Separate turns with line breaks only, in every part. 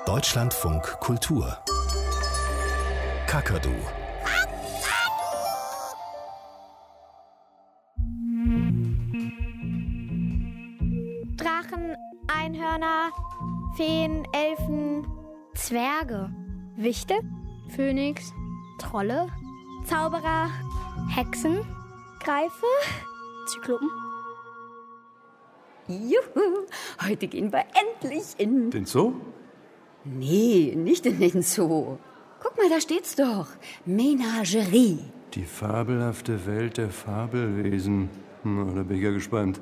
Deutschlandfunk Kultur. Kakadu.
Drachen, Einhörner, Feen, Elfen, Zwerge, Wichte, Phönix, Trolle, Zauberer, Hexen, Greife, Zyklopen.
Juhu, heute gehen wir endlich in...
Den Zoo?
Nee, nicht in den Zoo. Guck mal, da steht's doch. Menagerie.
Die fabelhafte Welt der Fabelwesen. Da bin ich ja gespannt.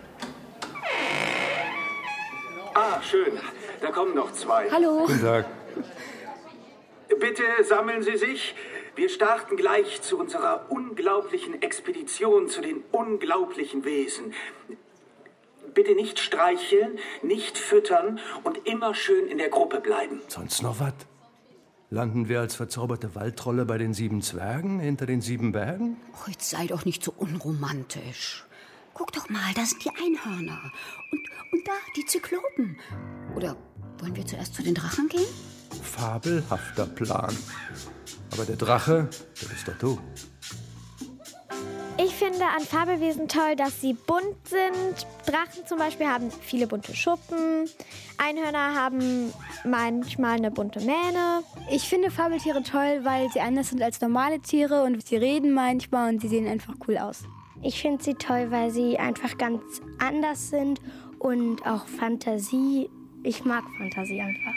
Ah, schön. Da kommen noch zwei.
Hallo.
Guten Tag.
Bitte sammeln Sie sich. Wir starten gleich zu unserer unglaublichen Expedition zu den unglaublichen Wesen. Bitte nicht streicheln, nicht füttern und immer schön in der Gruppe bleiben.
Sonst noch was? Landen wir als verzauberte Waldtrolle bei den 7 Zwergen hinter den 7 Bergen?
Oh, jetzt sei doch nicht so unromantisch. Guck doch mal, da sind die Einhörner. Und da die Zyklopen. Oder wollen wir zuerst zu den Drachen gehen?
Fabelhafter Plan. Aber der Drache, der ist doch du.
Ich finde an Fabelwesen toll, dass sie bunt sind. Drachen zum Beispiel haben viele bunte Schuppen. Einhörner haben manchmal eine bunte Mähne.
Ich finde Fabeltiere toll, weil sie anders sind als normale Tiere und sie reden manchmal und sie sehen einfach cool aus.
Ich finde sie toll, weil sie einfach ganz anders sind und auch Fantasie. Ich mag Fantasie einfach.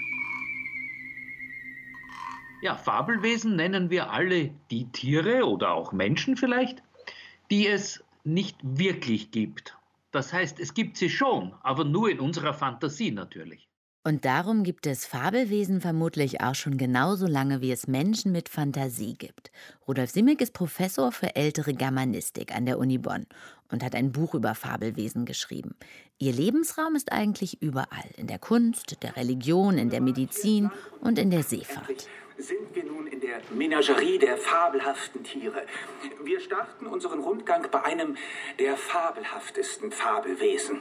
Ja, Fabelwesen nennen wir alle die Tiere oder auch Menschen vielleicht, die es nicht wirklich gibt. Das heißt, es gibt sie schon, aber nur in unserer Fantasie natürlich.
Und darum gibt es Fabelwesen vermutlich auch schon genauso lange, wie es Menschen mit Fantasie gibt. Rudolf Simek ist Professor für ältere Germanistik an der Uni Bonn und hat ein Buch über Fabelwesen geschrieben. Ihr Lebensraum ist eigentlich überall, in der Kunst, der Religion, in der Medizin und in der Seefahrt.
Sind wir nun in der Menagerie der fabelhaften Tiere. Wir starten unseren Rundgang bei einem der fabelhaftesten Fabelwesen.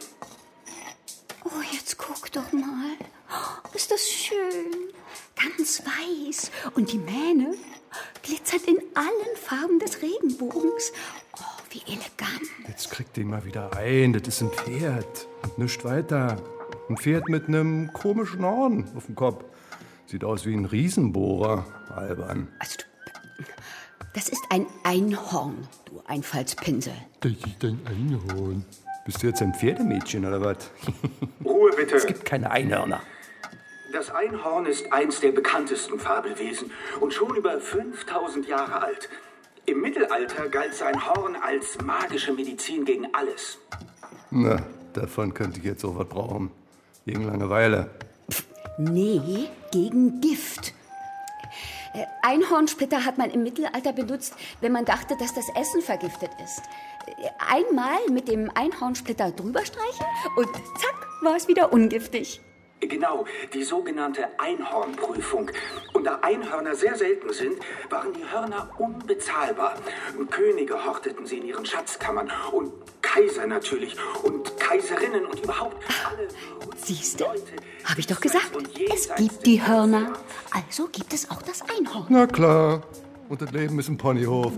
Oh, jetzt guck doch mal. Oh, ist das schön. Ganz weiß. Und die Mähne glitzert in allen Farben des Regenbogens. Oh, wie elegant.
Jetzt kriegt den mal wieder ein. Das ist ein Pferd. Und nichts weiter. Ein Pferd mit einem komischen Horn auf dem Kopf. Sieht aus wie ein Riesenbohrer. Albern.
Also, das ist ein Einhorn, du Einfallspinsel.
Das ist ein Einhorn. Bist du jetzt ein Pferdemädchen oder was?
Ruhe bitte.
Es gibt keine Einhörner.
Das Einhorn ist eins der bekanntesten Fabelwesen und schon über 5000 Jahre alt. Im Mittelalter galt sein Horn als magische Medizin gegen alles.
Na, davon könnte ich jetzt auch was brauchen. Gegen Langeweile.
Nee, gegen Gift. Einhornsplitter hat man im Mittelalter benutzt, wenn man dachte, dass das Essen vergiftet ist. Einmal mit dem Einhornsplitter drüber streichen und zack, war es wieder ungiftig.
Genau, die sogenannte Einhornprüfung. Und da Einhörner sehr selten sind, waren die Hörner unbezahlbar. Könige horteten sie in ihren Schatzkammern und Kaiser natürlich und Kaiserinnen und überhaupt alle.
Siehste, habe ich doch gesagt, es gibt die Hörner, also gibt es auch das Einhorn.
Na klar, und das Leben ist ein Ponyhof.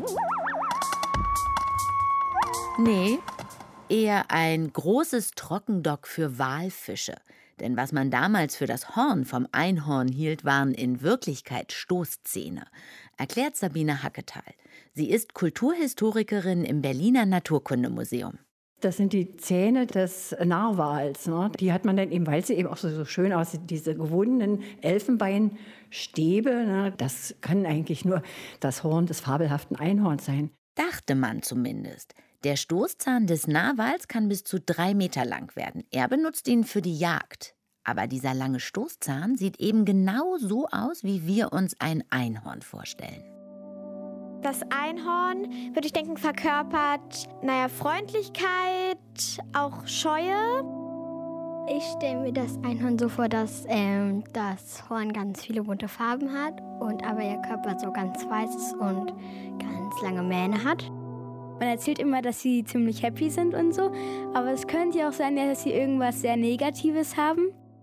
Nee, eher ein großes Trockendock für Walfische. Denn was man damals für das Horn vom Einhorn hielt, waren in Wirklichkeit Stoßzähne, erklärt Sabine Hacketal. Sie ist Kulturhistorikerin im Berliner Naturkundemuseum.
Das sind die Zähne des Narwals. Ne? Die hat man dann eben, weil sie eben auch so schön aussieht, diese gewundenen Elfenbeinstäbe. Ne? Das kann eigentlich nur das Horn des fabelhaften Einhorns sein.
Dachte man zumindest. Der Stoßzahn des Narwals kann bis zu 3 Meter lang werden. Er benutzt ihn für die Jagd. Aber dieser lange Stoßzahn sieht eben genau so aus, wie wir uns ein Einhorn vorstellen.
Das Einhorn, würde ich denken, verkörpert, Freundlichkeit, auch Scheue.
Ich stelle mir das Einhorn so vor, dass das Horn ganz viele bunte Farben hat und aber ihr Körper so ganz weiß ist und ganz lange Mähne hat.
Man erzählt immer, dass sie ziemlich happy sind und so, aber es könnte ja auch sein, dass sie irgendwas sehr Negatives haben.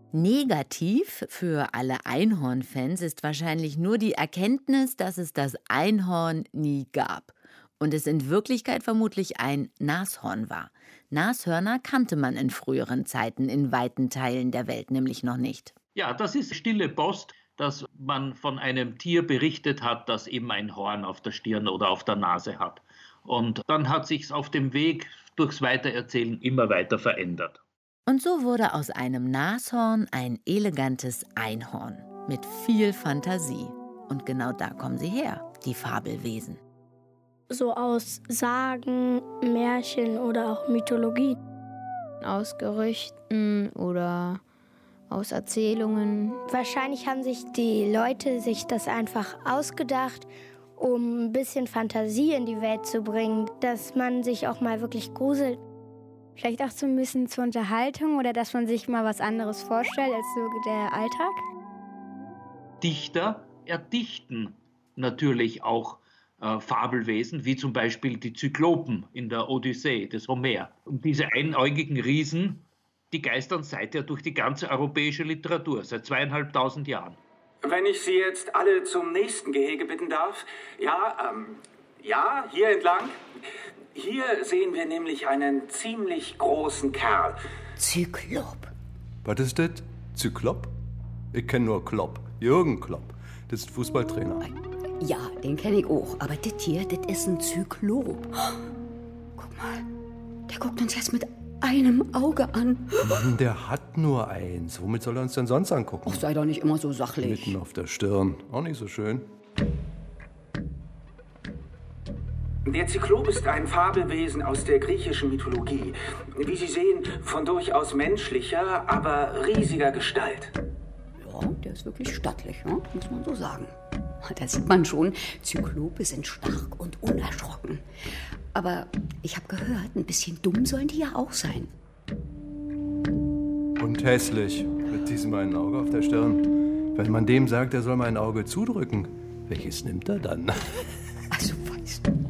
Negativ für alle Einhornfans ist wahrscheinlich nur die Erkenntnis, dass es das Einhorn nie gab und es in Wirklichkeit vermutlich ein Nashorn war. Nashörner kannte man in früheren Zeiten in weiten Teilen der Welt nämlich noch nicht.
Ja, das ist stille Post, dass man von einem Tier berichtet hat, das eben ein Horn auf der Stirn oder auf der Nase hat. Und dann hat sich's auf dem Weg durchs Weitererzählen immer weiter verändert.
Und so wurde aus einem Nashorn ein elegantes Einhorn mit viel Fantasie. Und genau da kommen sie her, die Fabelwesen.
So aus Sagen, Märchen oder auch Mythologie.
Aus Gerüchten oder aus Erzählungen.
Wahrscheinlich haben sich die Leute das einfach ausgedacht, um ein bisschen Fantasie in die Welt zu bringen, dass man sich auch mal wirklich gruselt. Vielleicht auch so ein bisschen zur Unterhaltung oder dass man sich mal was anderes vorstellt als so der Alltag.
Dichter erdichten natürlich auch Fabelwesen, wie zum Beispiel die Zyklopen in der Odyssee des Homer. Und diese einäugigen Riesen, die geistern seither durch die ganze europäische Literatur, seit 2500 Jahren.
Wenn ich Sie jetzt alle zum nächsten Gehege bitten darf. Ja, hier entlang. Hier sehen wir nämlich einen ziemlich großen Kerl.
Zyklop.
Was ist das? Zyklop? Ich kenne nur Klopp. Jürgen Klopp. Das ist ein Fußballtrainer.
Ja, den kenne ich auch. Aber das hier, das ist ein Zyklop. Guck mal, der guckt uns jetzt mit einem Auge an.
Mann, der hat nur eins. Womit soll er uns denn sonst angucken?
Ach, sei doch nicht immer so sachlich.
Mitten auf der Stirn. Auch nicht so schön.
Der Zyklop ist ein Fabelwesen aus der griechischen Mythologie. Wie Sie sehen, von durchaus menschlicher, aber riesiger Gestalt.
Ja, der ist wirklich stattlich, ne? Muss man so sagen. Da sieht man schon, Zyklope sind stark und unerschrocken. Aber ich habe gehört, ein bisschen dumm sollen die ja auch sein.
Und hässlich, mit diesem einen Auge auf der Stirn. Wenn man dem sagt, er soll mal ein Auge zudrücken, welches nimmt er dann?
Also weißt du.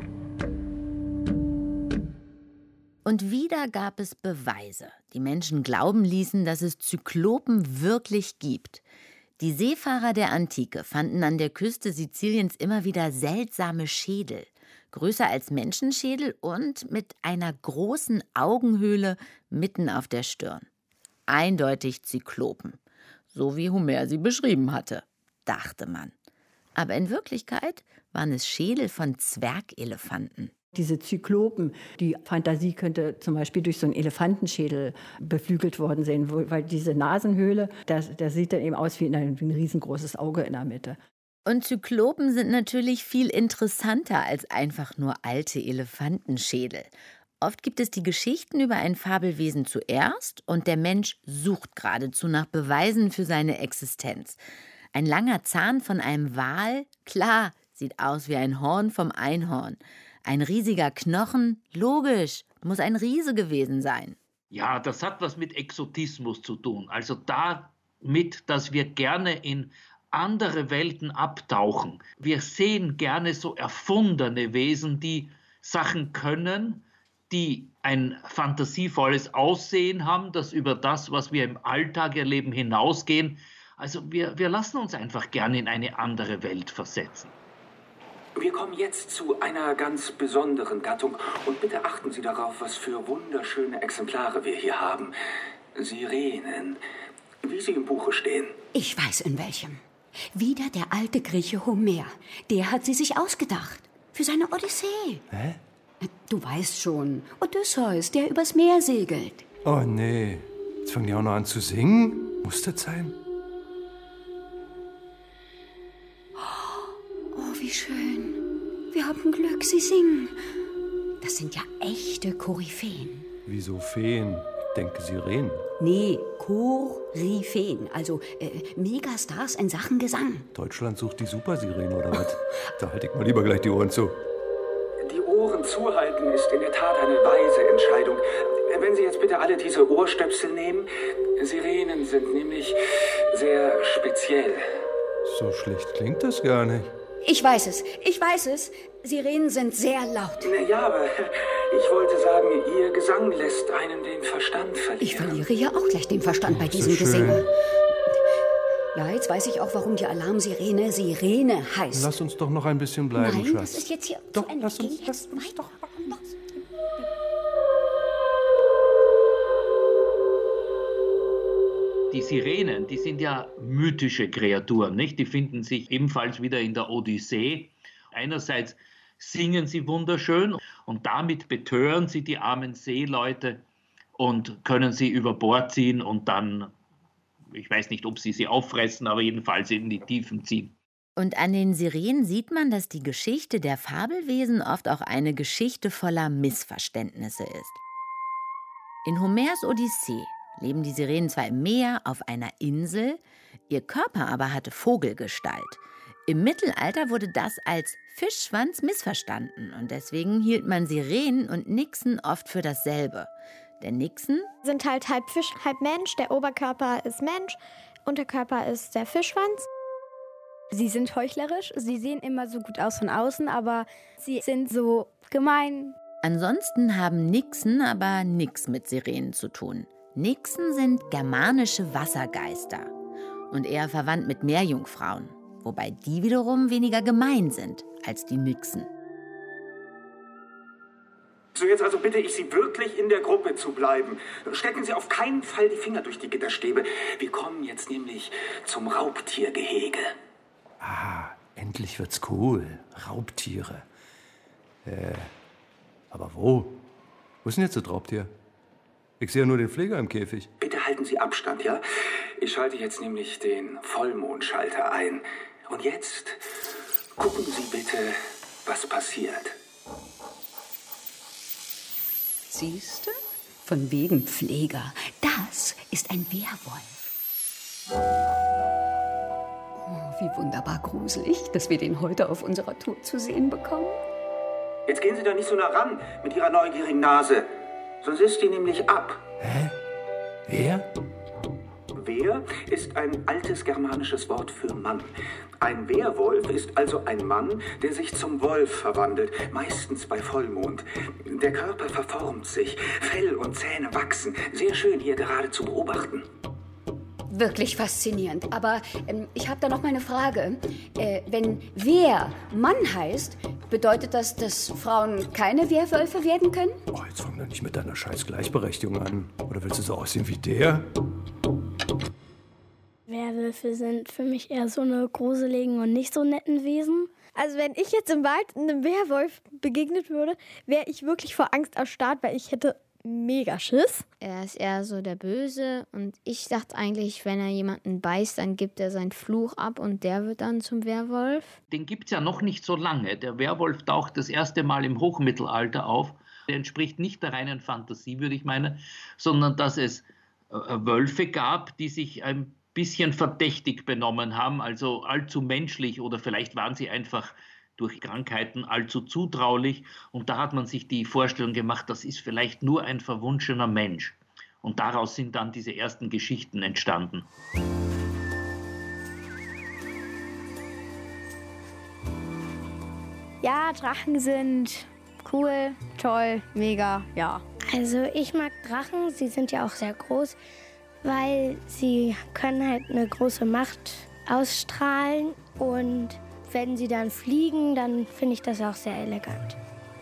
Und wieder gab es Beweise, die Menschen glauben ließen, dass es Zyklopen wirklich gibt. Die Seefahrer der Antike fanden an der Küste Siziliens immer wieder seltsame Schädel, größer als Menschenschädel und mit einer großen Augenhöhle mitten auf der Stirn. Eindeutig Zyklopen, so wie Homer sie beschrieben hatte, dachte man. Aber in Wirklichkeit waren es Schädel von Zwergelefanten.
Diese Zyklopen, die Fantasie könnte zum Beispiel durch so einen Elefantenschädel beflügelt worden sein, weil diese Nasenhöhle, der sieht dann eben aus wie ein riesengroßes Auge in der Mitte.
Und Zyklopen sind natürlich viel interessanter als einfach nur alte Elefantenschädel. Oft gibt es die Geschichten über ein Fabelwesen zuerst und der Mensch sucht geradezu nach Beweisen für seine Existenz. Ein langer Zahn von einem Wal, klar, sieht aus wie ein Horn vom Einhorn. Ein riesiger Knochen, logisch, muss ein Riese gewesen sein.
Ja, das hat was mit Exotismus zu tun. Also damit, dass wir gerne in andere Welten abtauchen. Wir sehen gerne so erfundene Wesen, die Sachen können, die ein fantasievolles Aussehen haben, das über das, was wir im Alltag erleben, hinausgehen. Also wir lassen uns einfach gerne in eine andere Welt versetzen.
Wir kommen jetzt zu einer ganz besonderen Gattung. Und bitte achten Sie darauf, was für wunderschöne Exemplare wir hier haben. Sirenen, wie sie im Buche stehen.
Ich weiß in welchem. Wieder der alte Grieche Homer. Der hat sie sich ausgedacht. Für seine Odyssee.
Hä?
Du weißt schon. Odysseus, der übers Meer segelt.
Oh nee, jetzt fangen die auch noch an zu singen? Muss das sein?
Oh, wie schön. Wir haben Glück, sie singen. Das sind ja echte Koryphäen.
Wieso Feen? Ich denke Sirenen.
Nee, Koryphäen, also Megastars in Sachen Gesang.
Deutschland sucht die Supersirene oder was? Da halte ich mal lieber gleich die Ohren zu.
Die Ohren zuhalten ist in der Tat eine weise Entscheidung. Wenn Sie jetzt bitte alle diese Ohrstöpsel nehmen. Sirenen sind nämlich sehr speziell.
So schlecht klingt das gar nicht.
Ich weiß es. Sirenen sind sehr laut.
Ja, aber Ich wollte sagen, Ihr Gesang lässt einen den Verstand verlieren.
Ich verliere ja auch gleich den Verstand bei diesem Gesänge. Ja, jetzt weiß ich auch, warum die Alarmsirene Sirene heißt.
Lass uns doch noch ein bisschen bleiben,
Nein,
Schatz.
das ist jetzt hier
Doch,
zu Ende.
lass uns doch.
Die Sirenen, die sind ja mythische Kreaturen, nicht? Die finden sich ebenfalls wieder in der Odyssee. Einerseits singen sie wunderschön und damit betören sie die armen Seeleute und können sie über Bord ziehen und dann, ich weiß nicht, ob sie auffressen, aber jedenfalls in die Tiefen ziehen.
Und an den Sirenen sieht man, dass die Geschichte der Fabelwesen oft auch eine Geschichte voller Missverständnisse ist. In Homers Odyssee leben die Sirenen zwar im Meer auf einer Insel, ihr Körper aber hatte Vogelgestalt. Im Mittelalter wurde das als Fischschwanz missverstanden und deswegen hielt man Sirenen und Nixen oft für dasselbe. Der Nixen
sind halt halb Fisch, halb Mensch. Der Oberkörper ist Mensch, Unterkörper ist der Fischschwanz.
Sie sind heuchlerisch, sie sehen immer so gut aus von außen, aber sie sind so gemein.
Ansonsten haben Nixen aber nichts mit Sirenen zu tun. Nixen sind germanische Wassergeister und eher verwandt mit Meerjungfrauen, wobei die wiederum weniger gemein sind als die Nixen.
So, jetzt also bitte ich Sie wirklich in der Gruppe zu bleiben. Stecken Sie auf keinen Fall die Finger durch die Gitterstäbe. Wir kommen jetzt nämlich zum Raubtiergehege.
Ah, endlich wird's cool. Raubtiere. Aber wo? Wo ist denn jetzt das Raubtier? Ich sehe ja nur den Pfleger im Käfig.
Bitte halten Sie Abstand, ja? Ich schalte jetzt nämlich den Vollmondschalter ein. Und jetzt gucken Sie bitte, was passiert.
Siehst du? Von wegen Pfleger. Das ist ein Werwolf. Oh, wie wunderbar gruselig, dass wir den heute auf unserer Tour zu sehen bekommen.
Jetzt gehen Sie da nicht so nah ran mit Ihrer neugierigen Nase. Sonst ist die nämlich ab.
Hä? Wer?
Wer ist ein altes germanisches Wort für Mann. Ein Werwolf ist also ein Mann, der sich zum Wolf verwandelt, meistens bei Vollmond. Der Körper verformt sich, Fell und Zähne wachsen. Sehr schön hier gerade zu beobachten.
Wirklich faszinierend. Aber ich habe da noch mal eine Frage. Wenn Wer Mann heißt, bedeutet das, dass Frauen keine Werwölfe werden können?
Oh, jetzt fang doch nicht mit deiner scheiß Gleichberechtigung an. Oder willst du so aussehen wie der?
Werwölfe sind für mich eher so eine gruseligen und nicht so netten Wesen.
Also wenn ich jetzt im Wald einem Werwolf begegnet würde, wäre ich wirklich vor Angst erstarrt, weil ich hätte mega Schiss.
Er ist eher so der Böse und ich dachte eigentlich, wenn er jemanden beißt, dann gibt er seinen Fluch ab und der wird dann zum Werwolf.
Den gibt es ja noch nicht so lange. Der Werwolf taucht das erste Mal im Hochmittelalter auf. Der entspricht nicht der reinen Fantasie, würde ich meinen, sondern dass es Wölfe gab, die sich ein bisschen verdächtig benommen haben, also allzu menschlich oder vielleicht waren sie einfach durch Krankheiten allzu zutraulich und da hat man sich die Vorstellung gemacht, das ist vielleicht nur ein verwunschener Mensch. Und daraus sind dann diese ersten Geschichten entstanden.
Ja, Drachen sind cool, toll, mega, ja.
Also ich mag Drachen, sie sind ja auch sehr groß, weil sie können halt eine große Macht ausstrahlen und wenn sie dann fliegen, dann finde ich das auch sehr elegant.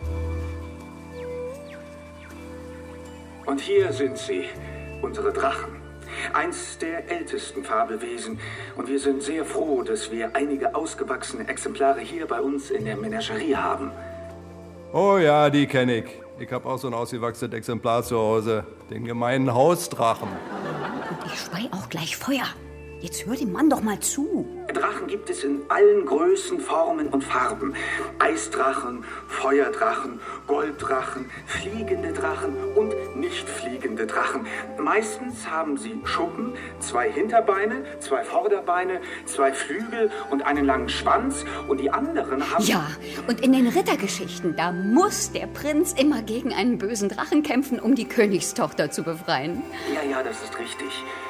Und hier sind sie, unsere Drachen. Eins der ältesten Fabelwesen. Und wir sind sehr froh, dass wir einige ausgewachsene Exemplare hier bei uns in der Menagerie haben.
Oh ja, die kenne ich. Ich habe auch so ein ausgewachsenes Exemplar zu Hause. Den gemeinen Hausdrachen.
Und ich spei auch gleich Feuer. Jetzt hör dem Mann doch mal zu.
Drachen gibt es in allen Größen, Formen und Farben. Eisdrachen, Feuerdrachen, Golddrachen, fliegende Drachen und nicht fliegende Drachen. Meistens haben sie Schuppen, 2 Hinterbeine, 2 Vorderbeine, 2 Flügel und einen langen Schwanz. Und die anderen haben...
Ja, und in den Rittergeschichten, da muss der Prinz immer gegen einen bösen Drachen kämpfen, um die Königstochter zu befreien.
Ja, das ist richtig.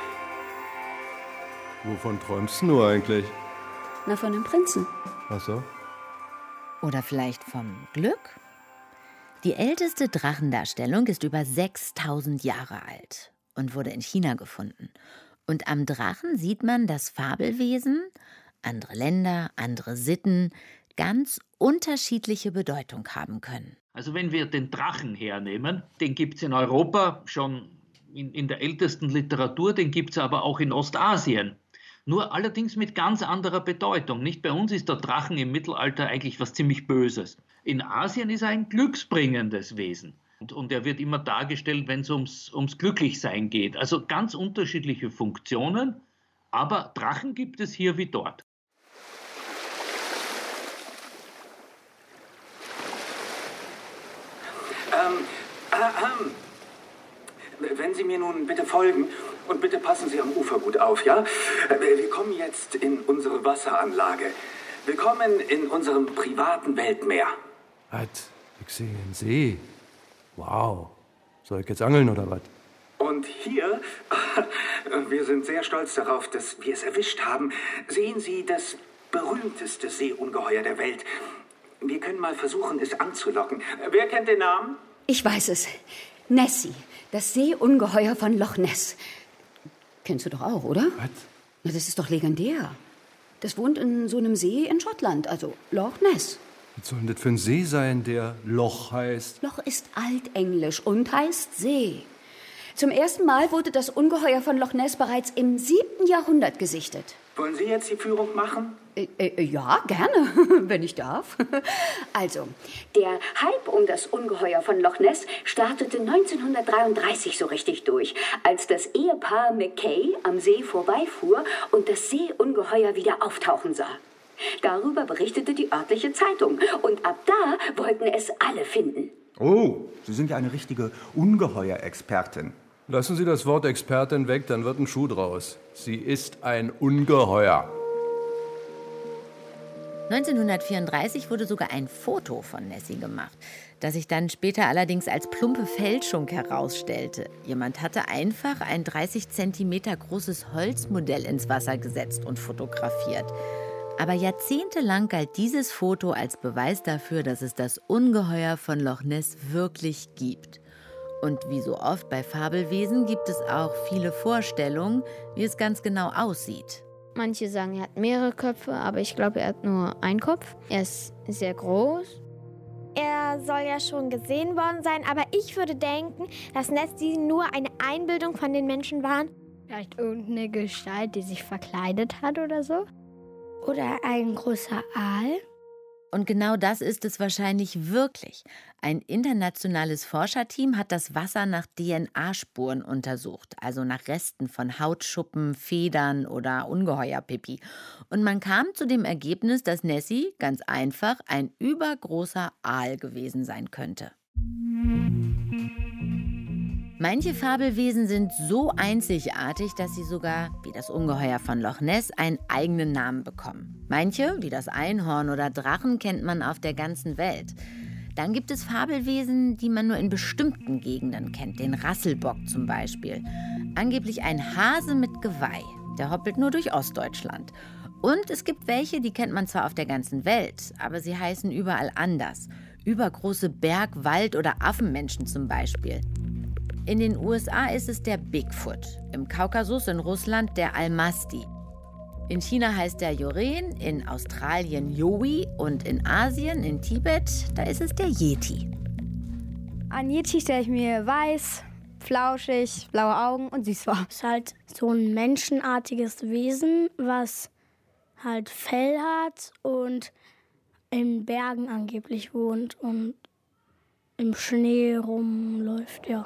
Wovon träumst du nur eigentlich?
Na, von dem Prinzen.
Ach so.
Oder vielleicht vom Glück? Die älteste Drachendarstellung ist über 6000 Jahre alt und wurde in China gefunden. Und am Drachen sieht man, dass Fabelwesen, andere Länder, andere Sitten ganz unterschiedliche Bedeutung haben können.
Also wenn wir den Drachen hernehmen, den gibt es in Europa schon in der ältesten Literatur, den gibt es aber auch in Ostasien. Nur allerdings mit ganz anderer Bedeutung. Nicht bei uns ist der Drachen im Mittelalter eigentlich was ziemlich Böses. In Asien ist er ein glücksbringendes Wesen. Und er wird immer dargestellt, wenn es ums Glücklichsein geht. Also ganz unterschiedliche Funktionen, aber Drachen gibt es hier wie dort.
Wenn Sie mir nun bitte folgen und bitte passen Sie am Ufer gut auf, ja? Wir kommen jetzt in unsere Wasseranlage. Willkommen in unserem privaten Weltmeer.
Was? Ich sehe einen See. Wow. Soll ich jetzt angeln oder was?
Und hier, wir sind sehr stolz darauf, dass wir es erwischt haben, sehen Sie das berühmteste Seeungeheuer der Welt. Wir können mal versuchen, es anzulocken. Wer kennt den Namen?
Ich weiß es. Nessie, das Seeungeheuer von Loch Ness. Kennst du doch auch, oder?
Was?
Na, das ist doch legendär. Das wohnt in so einem See in Schottland, also Loch Ness.
Was soll denn das für ein See sein, der Loch heißt?
Loch ist altenglisch und heißt See. Zum ersten Mal wurde das Ungeheuer von Loch Ness bereits im 7. Jahrhundert gesichtet.
Wollen Sie jetzt die Führung machen?
Ja, gerne, wenn ich darf. Also, der Hype um das Ungeheuer von Loch Ness startete 1933 so richtig durch, als das Ehepaar Mackay am See vorbeifuhr und das Seeungeheuer wieder auftauchen sah. Darüber berichtete die örtliche Zeitung und ab da wollten es alle finden.
Oh, Sie sind ja eine richtige Ungeheuer-Expertin.
Lassen Sie das Wort Expertin weg, dann wird ein Schuh draus. Sie ist ein Ungeheuer.
1934 wurde sogar ein Foto von Nessie gemacht, das sich dann später allerdings als plumpe Fälschung herausstellte. Jemand hatte einfach ein 30 Zentimeter großes Holzmodell ins Wasser gesetzt und fotografiert. Aber jahrzehntelang galt dieses Foto als Beweis dafür, dass es das Ungeheuer von Loch Ness wirklich gibt. Und wie so oft bei Fabelwesen gibt es auch viele Vorstellungen, wie es ganz genau aussieht.
Manche sagen, er hat mehrere Köpfe, aber ich glaube, er hat nur einen Kopf. Er ist sehr groß.
Er soll ja schon gesehen worden sein, aber ich würde denken, dass Nessie nur eine Einbildung von den Menschen war.
Vielleicht irgendeine Gestalt, die sich verkleidet hat oder so. Oder ein großer Aal.
Und genau das ist es wahrscheinlich wirklich. Ein internationales Forscherteam hat das Wasser nach DNA-Spuren untersucht, also nach Resten von Hautschuppen, Federn oder Ungeheuerpipi. Und man kam zu dem Ergebnis, dass Nessie ganz einfach ein übergroßer Aal gewesen sein könnte. Manche Fabelwesen sind so einzigartig, dass sie sogar, wie das Ungeheuer von Loch Ness, einen eigenen Namen bekommen. Manche, wie das Einhorn oder Drachen, kennt man auf der ganzen Welt. Dann gibt es Fabelwesen, die man nur in bestimmten Gegenden kennt, den Rasselbock zum Beispiel. Angeblich ein Hase mit Geweih, der hoppelt nur durch Ostdeutschland. Und es gibt welche, die kennt man zwar auf der ganzen Welt, aber sie heißen überall anders. Übergroße Berg-, Wald- oder Affenmenschen zum Beispiel. In den USA ist es der Bigfoot, im Kaukasus in Russland der Almasti. In China heißt der Joren, in Australien Yowie und in Asien, in Tibet, da ist es der Yeti.
An Yeti stelle ich mir weiß, flauschig, blaue Augen und süß vor.
Es ist halt so ein menschenartiges Wesen, was halt Fell hat und in Bergen angeblich wohnt und im Schnee rumläuft, ja.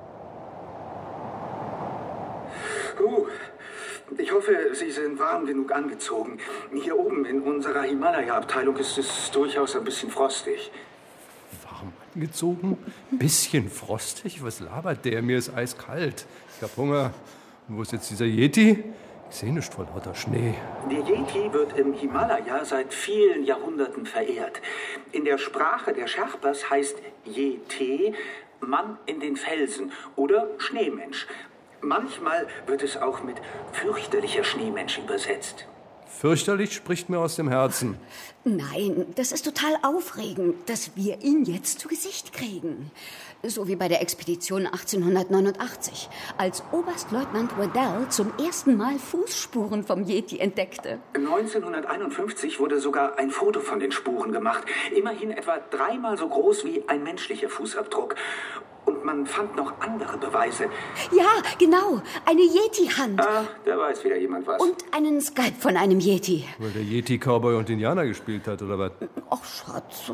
Ich hoffe, Sie sind warm genug angezogen. Hier oben in unserer Himalaya-Abteilung ist es durchaus ein bisschen frostig.
Warm angezogen? Bisschen frostig? Was labert der? Mir ist eiskalt. Ich hab Hunger. Und wo ist jetzt dieser Yeti? Ich sehe nichts vor lauter Schnee.
Der Yeti wird im Himalaya seit vielen Jahrhunderten verehrt. In der Sprache der Sherpas heißt Yeti Mann in den Felsen oder Schneemensch. Manchmal wird es auch mit fürchterlicher Schneemensch übersetzt.
Fürchterlich spricht mir aus dem Herzen.
Nein, das ist total aufregend, dass wir ihn jetzt zu Gesicht kriegen. So wie bei der Expedition 1889, als Oberstleutnant Waddell zum ersten Mal Fußspuren vom Yeti entdeckte.
1951 wurde sogar ein Foto von den Spuren gemacht. Immerhin etwa 3-mal so groß wie ein menschlicher Fußabdruck. Und man fand noch andere Beweise.
Ja, genau. Eine Yeti-Hand.
Ah, da weiß wieder jemand was.
Und einen Skalp von einem Yeti.
Weil der Yeti Cowboy und Indianer gespielt hat, oder was?
Ach, Schatz.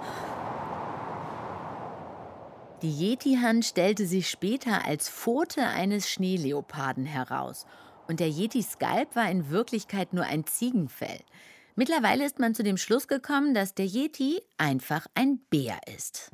Die Yeti-Hand stellte sich später als Pfote eines Schneeleoparden heraus. Und der Yeti-Skalp war in Wirklichkeit nur ein Ziegenfell. Mittlerweile ist man zu dem Schluss gekommen, dass der Yeti einfach ein Bär ist.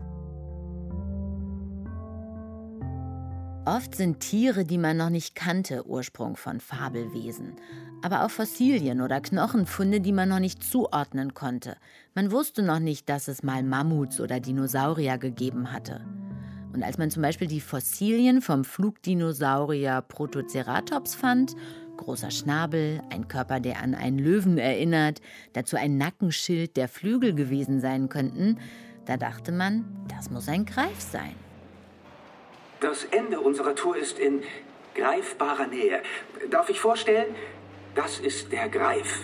Oft sind Tiere, die man noch nicht kannte, Ursprung von Fabelwesen. Aber auch Fossilien oder Knochenfunde, die man noch nicht zuordnen konnte. Man wusste noch nicht, dass es mal Mammuts oder Dinosaurier gegeben hatte. Und als man zum Beispiel die Fossilien vom Flugdinosaurier Protoceratops fand, großer Schnabel, ein Körper, der an einen Löwen erinnert, dazu ein Nackenschild, der Flügel gewesen sein könnten, da dachte man, das muss ein Greif sein.
Das Ende unserer Tour ist in greifbarer Nähe. Darf ich vorstellen? Das ist der Greif.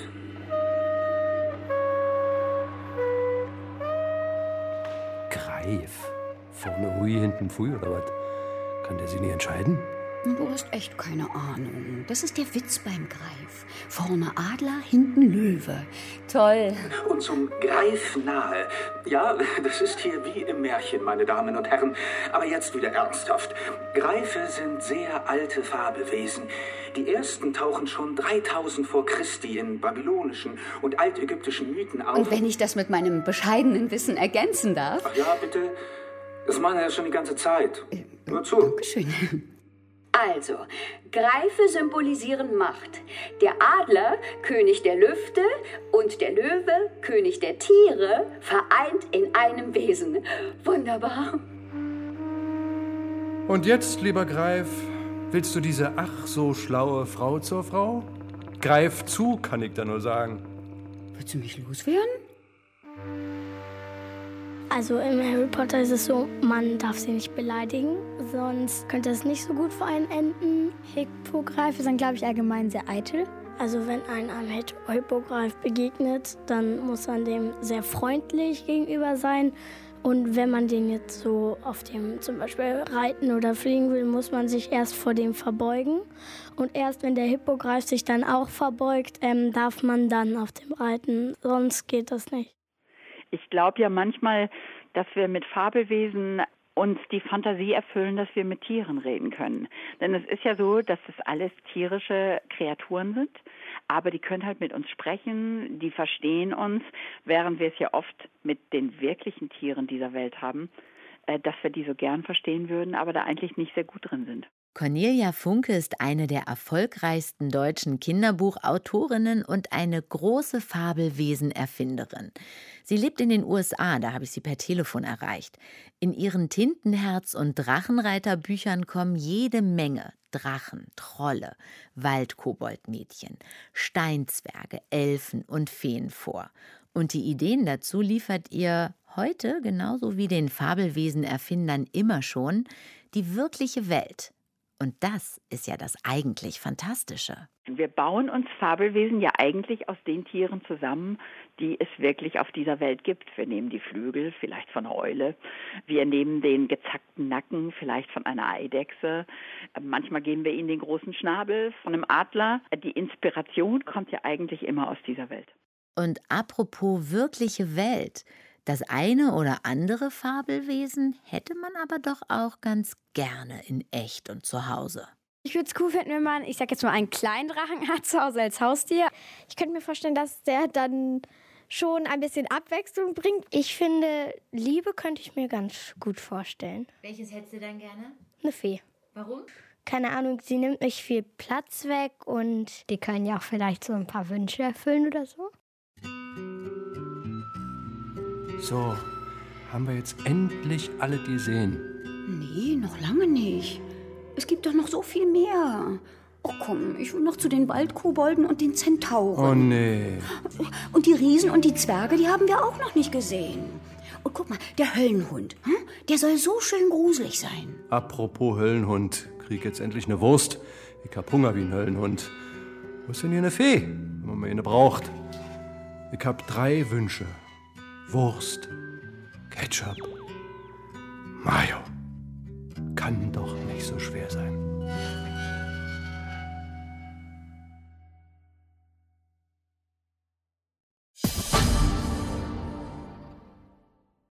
Greif? Vorne Hui, hinten Pfui, oder was? Kann der sich nicht entscheiden?
Du hast echt keine Ahnung. Das ist der Witz beim Greif. Vorne Adler, hinten Löwe. Toll.
Und zum Greif nahe. Ja, das ist hier wie im Märchen, meine Damen und Herren. Aber jetzt wieder ernsthaft. Greife sind sehr alte Fabelwesen. Die ersten tauchen schon 3000 vor Christi in babylonischen und altägyptischen Mythen auf.
Und wenn ich das mit meinem bescheidenen Wissen ergänzen darf?
Ach ja, bitte. Das machen wir ja schon die ganze Zeit. Nur zu.
Dankeschön.
Also, Greife symbolisieren Macht. Der Adler, König der Lüfte, und der Löwe, König der Tiere, vereint in einem Wesen. Wunderbar.
Und jetzt, lieber Greif, willst du diese ach so schlaue Frau zur Frau? Greif zu, kann ich da nur sagen.
Willst du mich loswerden?
Also im Harry Potter ist es so, man darf sie nicht beleidigen, sonst könnte es nicht so gut für einen enden.
Hippogreife sind, glaube ich, allgemein sehr eitel.
Also wenn einem Hippogreif begegnet, dann muss man dem sehr freundlich gegenüber sein. Und wenn man den jetzt so auf dem zum Beispiel reiten oder fliegen will, muss man sich erst vor dem verbeugen. Und erst wenn der Hippogreif sich dann auch verbeugt, darf man dann auf dem reiten, sonst geht das nicht.
Ich glaube ja manchmal, dass wir mit Fabelwesen uns die Fantasie erfüllen, dass wir mit Tieren reden können. Denn es ist ja so, dass das alles tierische Kreaturen sind, aber die können halt mit uns sprechen, die verstehen uns, während wir es ja oft mit den wirklichen Tieren dieser Welt haben, dass wir die so gern verstehen würden, aber da eigentlich nicht sehr gut drin sind.
Cornelia Funke ist eine der erfolgreichsten deutschen Kinderbuchautorinnen und eine große Fabelwesen-Erfinderin. Sie lebt in den USA, da habe ich sie per Telefon erreicht. In ihren Tintenherz- und Drachenreiterbüchern kommen jede Menge Drachen, Trolle, Waldkoboldmädchen, Steinzwerge, Elfen und Feen vor. Und die Ideen dazu liefert ihr heute, genauso wie den Fabelwesen-Erfindern immer schon, die wirkliche Welt. Und das ist ja das eigentlich Fantastische.
Wir bauen uns Fabelwesen ja eigentlich aus den Tieren zusammen, die es wirklich auf dieser Welt gibt. Wir nehmen die Flügel, vielleicht von einer Eule. Wir nehmen den gezackten Nacken, vielleicht von einer Eidechse. Manchmal geben wir ihnen den großen Schnabel von einem Adler. Die Inspiration kommt ja eigentlich immer aus dieser Welt.
Und apropos wirkliche Welt, das eine oder andere Fabelwesen hätte man aber doch auch ganz gerne in echt und zu Hause.
Ich würde es cool finden, wenn man, ich sag jetzt mal, einen kleinen Drachen hat zu Hause als Haustier. Ich könnte mir vorstellen, dass der dann schon ein bisschen Abwechslung bringt.
Ich finde, Liebe könnte ich mir ganz gut vorstellen.
Welches hättest du dann gerne?
Eine Fee.
Warum?
Keine Ahnung, sie nimmt nicht viel Platz weg und
die können ja auch vielleicht so ein paar Wünsche erfüllen oder so.
So, haben wir jetzt endlich alle gesehen?
Nee, noch lange nicht. Es gibt doch noch so viel mehr. Oh komm, ich will noch zu den Waldkobolden und den Zentauren.
Oh nee.
Und die Riesen und die Zwerge, die haben wir auch noch nicht gesehen. Und guck mal, der Höllenhund, der soll so schön gruselig sein.
Apropos Höllenhund, krieg jetzt endlich eine Wurst. Ich hab Hunger wie ein Höllenhund. Wo ist denn hier eine Fee, wenn man mal eine braucht? Ich hab 3 Wünsche. Wurst, Ketchup, Mayo. Kann doch nicht so schwer sein.